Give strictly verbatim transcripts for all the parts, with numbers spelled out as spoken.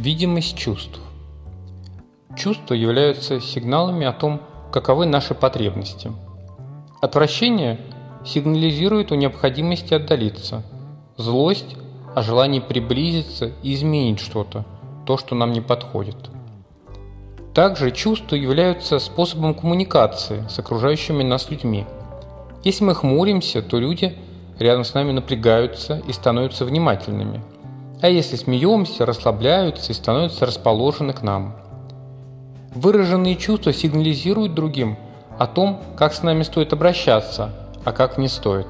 Видимость чувств. Чувства являются сигналами о том, каковы наши потребности. Отвращение сигнализирует о необходимости отдалиться. Злость – о желании приблизиться и изменить что-то, то, что нам не подходит. Также чувства являются способом коммуникации с окружающими нас людьми. Если мы хмуримся, то люди рядом с нами напрягаются и становятся внимательными. А если смеемся, расслабляются и становятся расположены к нам. Выраженные чувства сигнализируют другим о том, как с нами стоит обращаться, а как не стоит.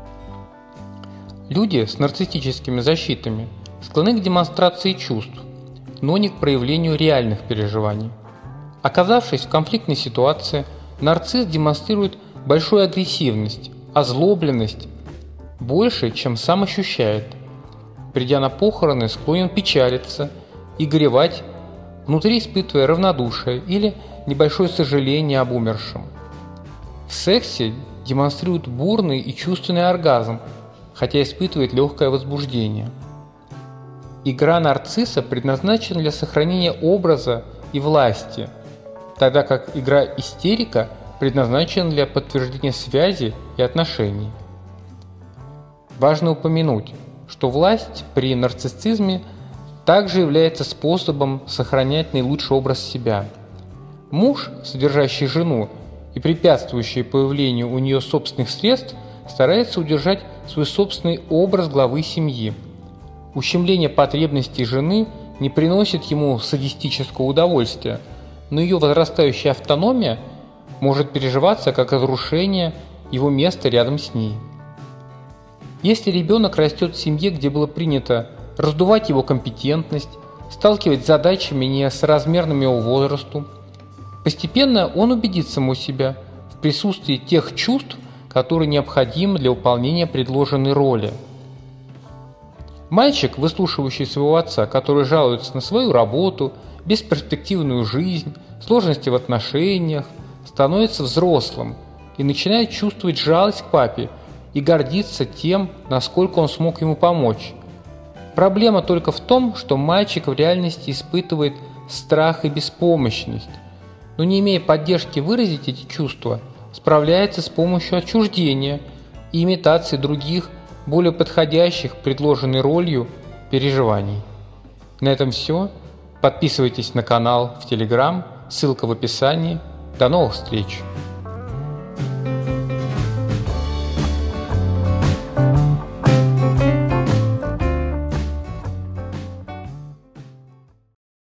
Люди с нарциссическими защитами склонны к демонстрации чувств, но не к проявлению реальных переживаний. Оказавшись в конфликтной ситуации, нарцисс демонстрирует большую агрессивность, озлобленность, больше, чем сам ощущает. Придя на похороны, склонен печалиться и горевать, внутри испытывая равнодушие или небольшое сожаление об умершем. В сексе демонстрирует бурный и чувственный оргазм, хотя испытывает легкое возбуждение. Игра нарцисса предназначена для сохранения образа и власти, тогда как игра истерика предназначена для подтверждения связи и отношений. Важно упомянуть, что власть при нарциссизме также является способом сохранять наилучший образ себя. Муж, содержащий жену и препятствующий появлению у нее собственных средств, старается удержать свой собственный образ главы семьи. Ущемление потребностей жены не приносит ему садистического удовольствия, но ее возрастающая автономия может переживаться как разрушение его места рядом с ней. Если ребенок растет в семье, где было принято раздувать его компетентность, сталкивать с задачами несоразмерными его возрасту, постепенно он убедит саму себя в присутствии тех чувств, которые необходимы для выполнения предложенной роли. Мальчик, выслушивающий своего отца, который жалуется на свою работу, бесперспективную жизнь, сложности в отношениях, становится взрослым и начинает чувствовать жалость к папе и гордиться тем, насколько он смог ему помочь. Проблема только в том, что мальчик в реальности испытывает страх и беспомощность, но не имея поддержки выразить эти чувства, справляется с помощью отчуждения и имитации других, более подходящих предложенной ролью переживаний. На этом все. Подписывайтесь на канал в Telegram, ссылка в описании. До новых встреч!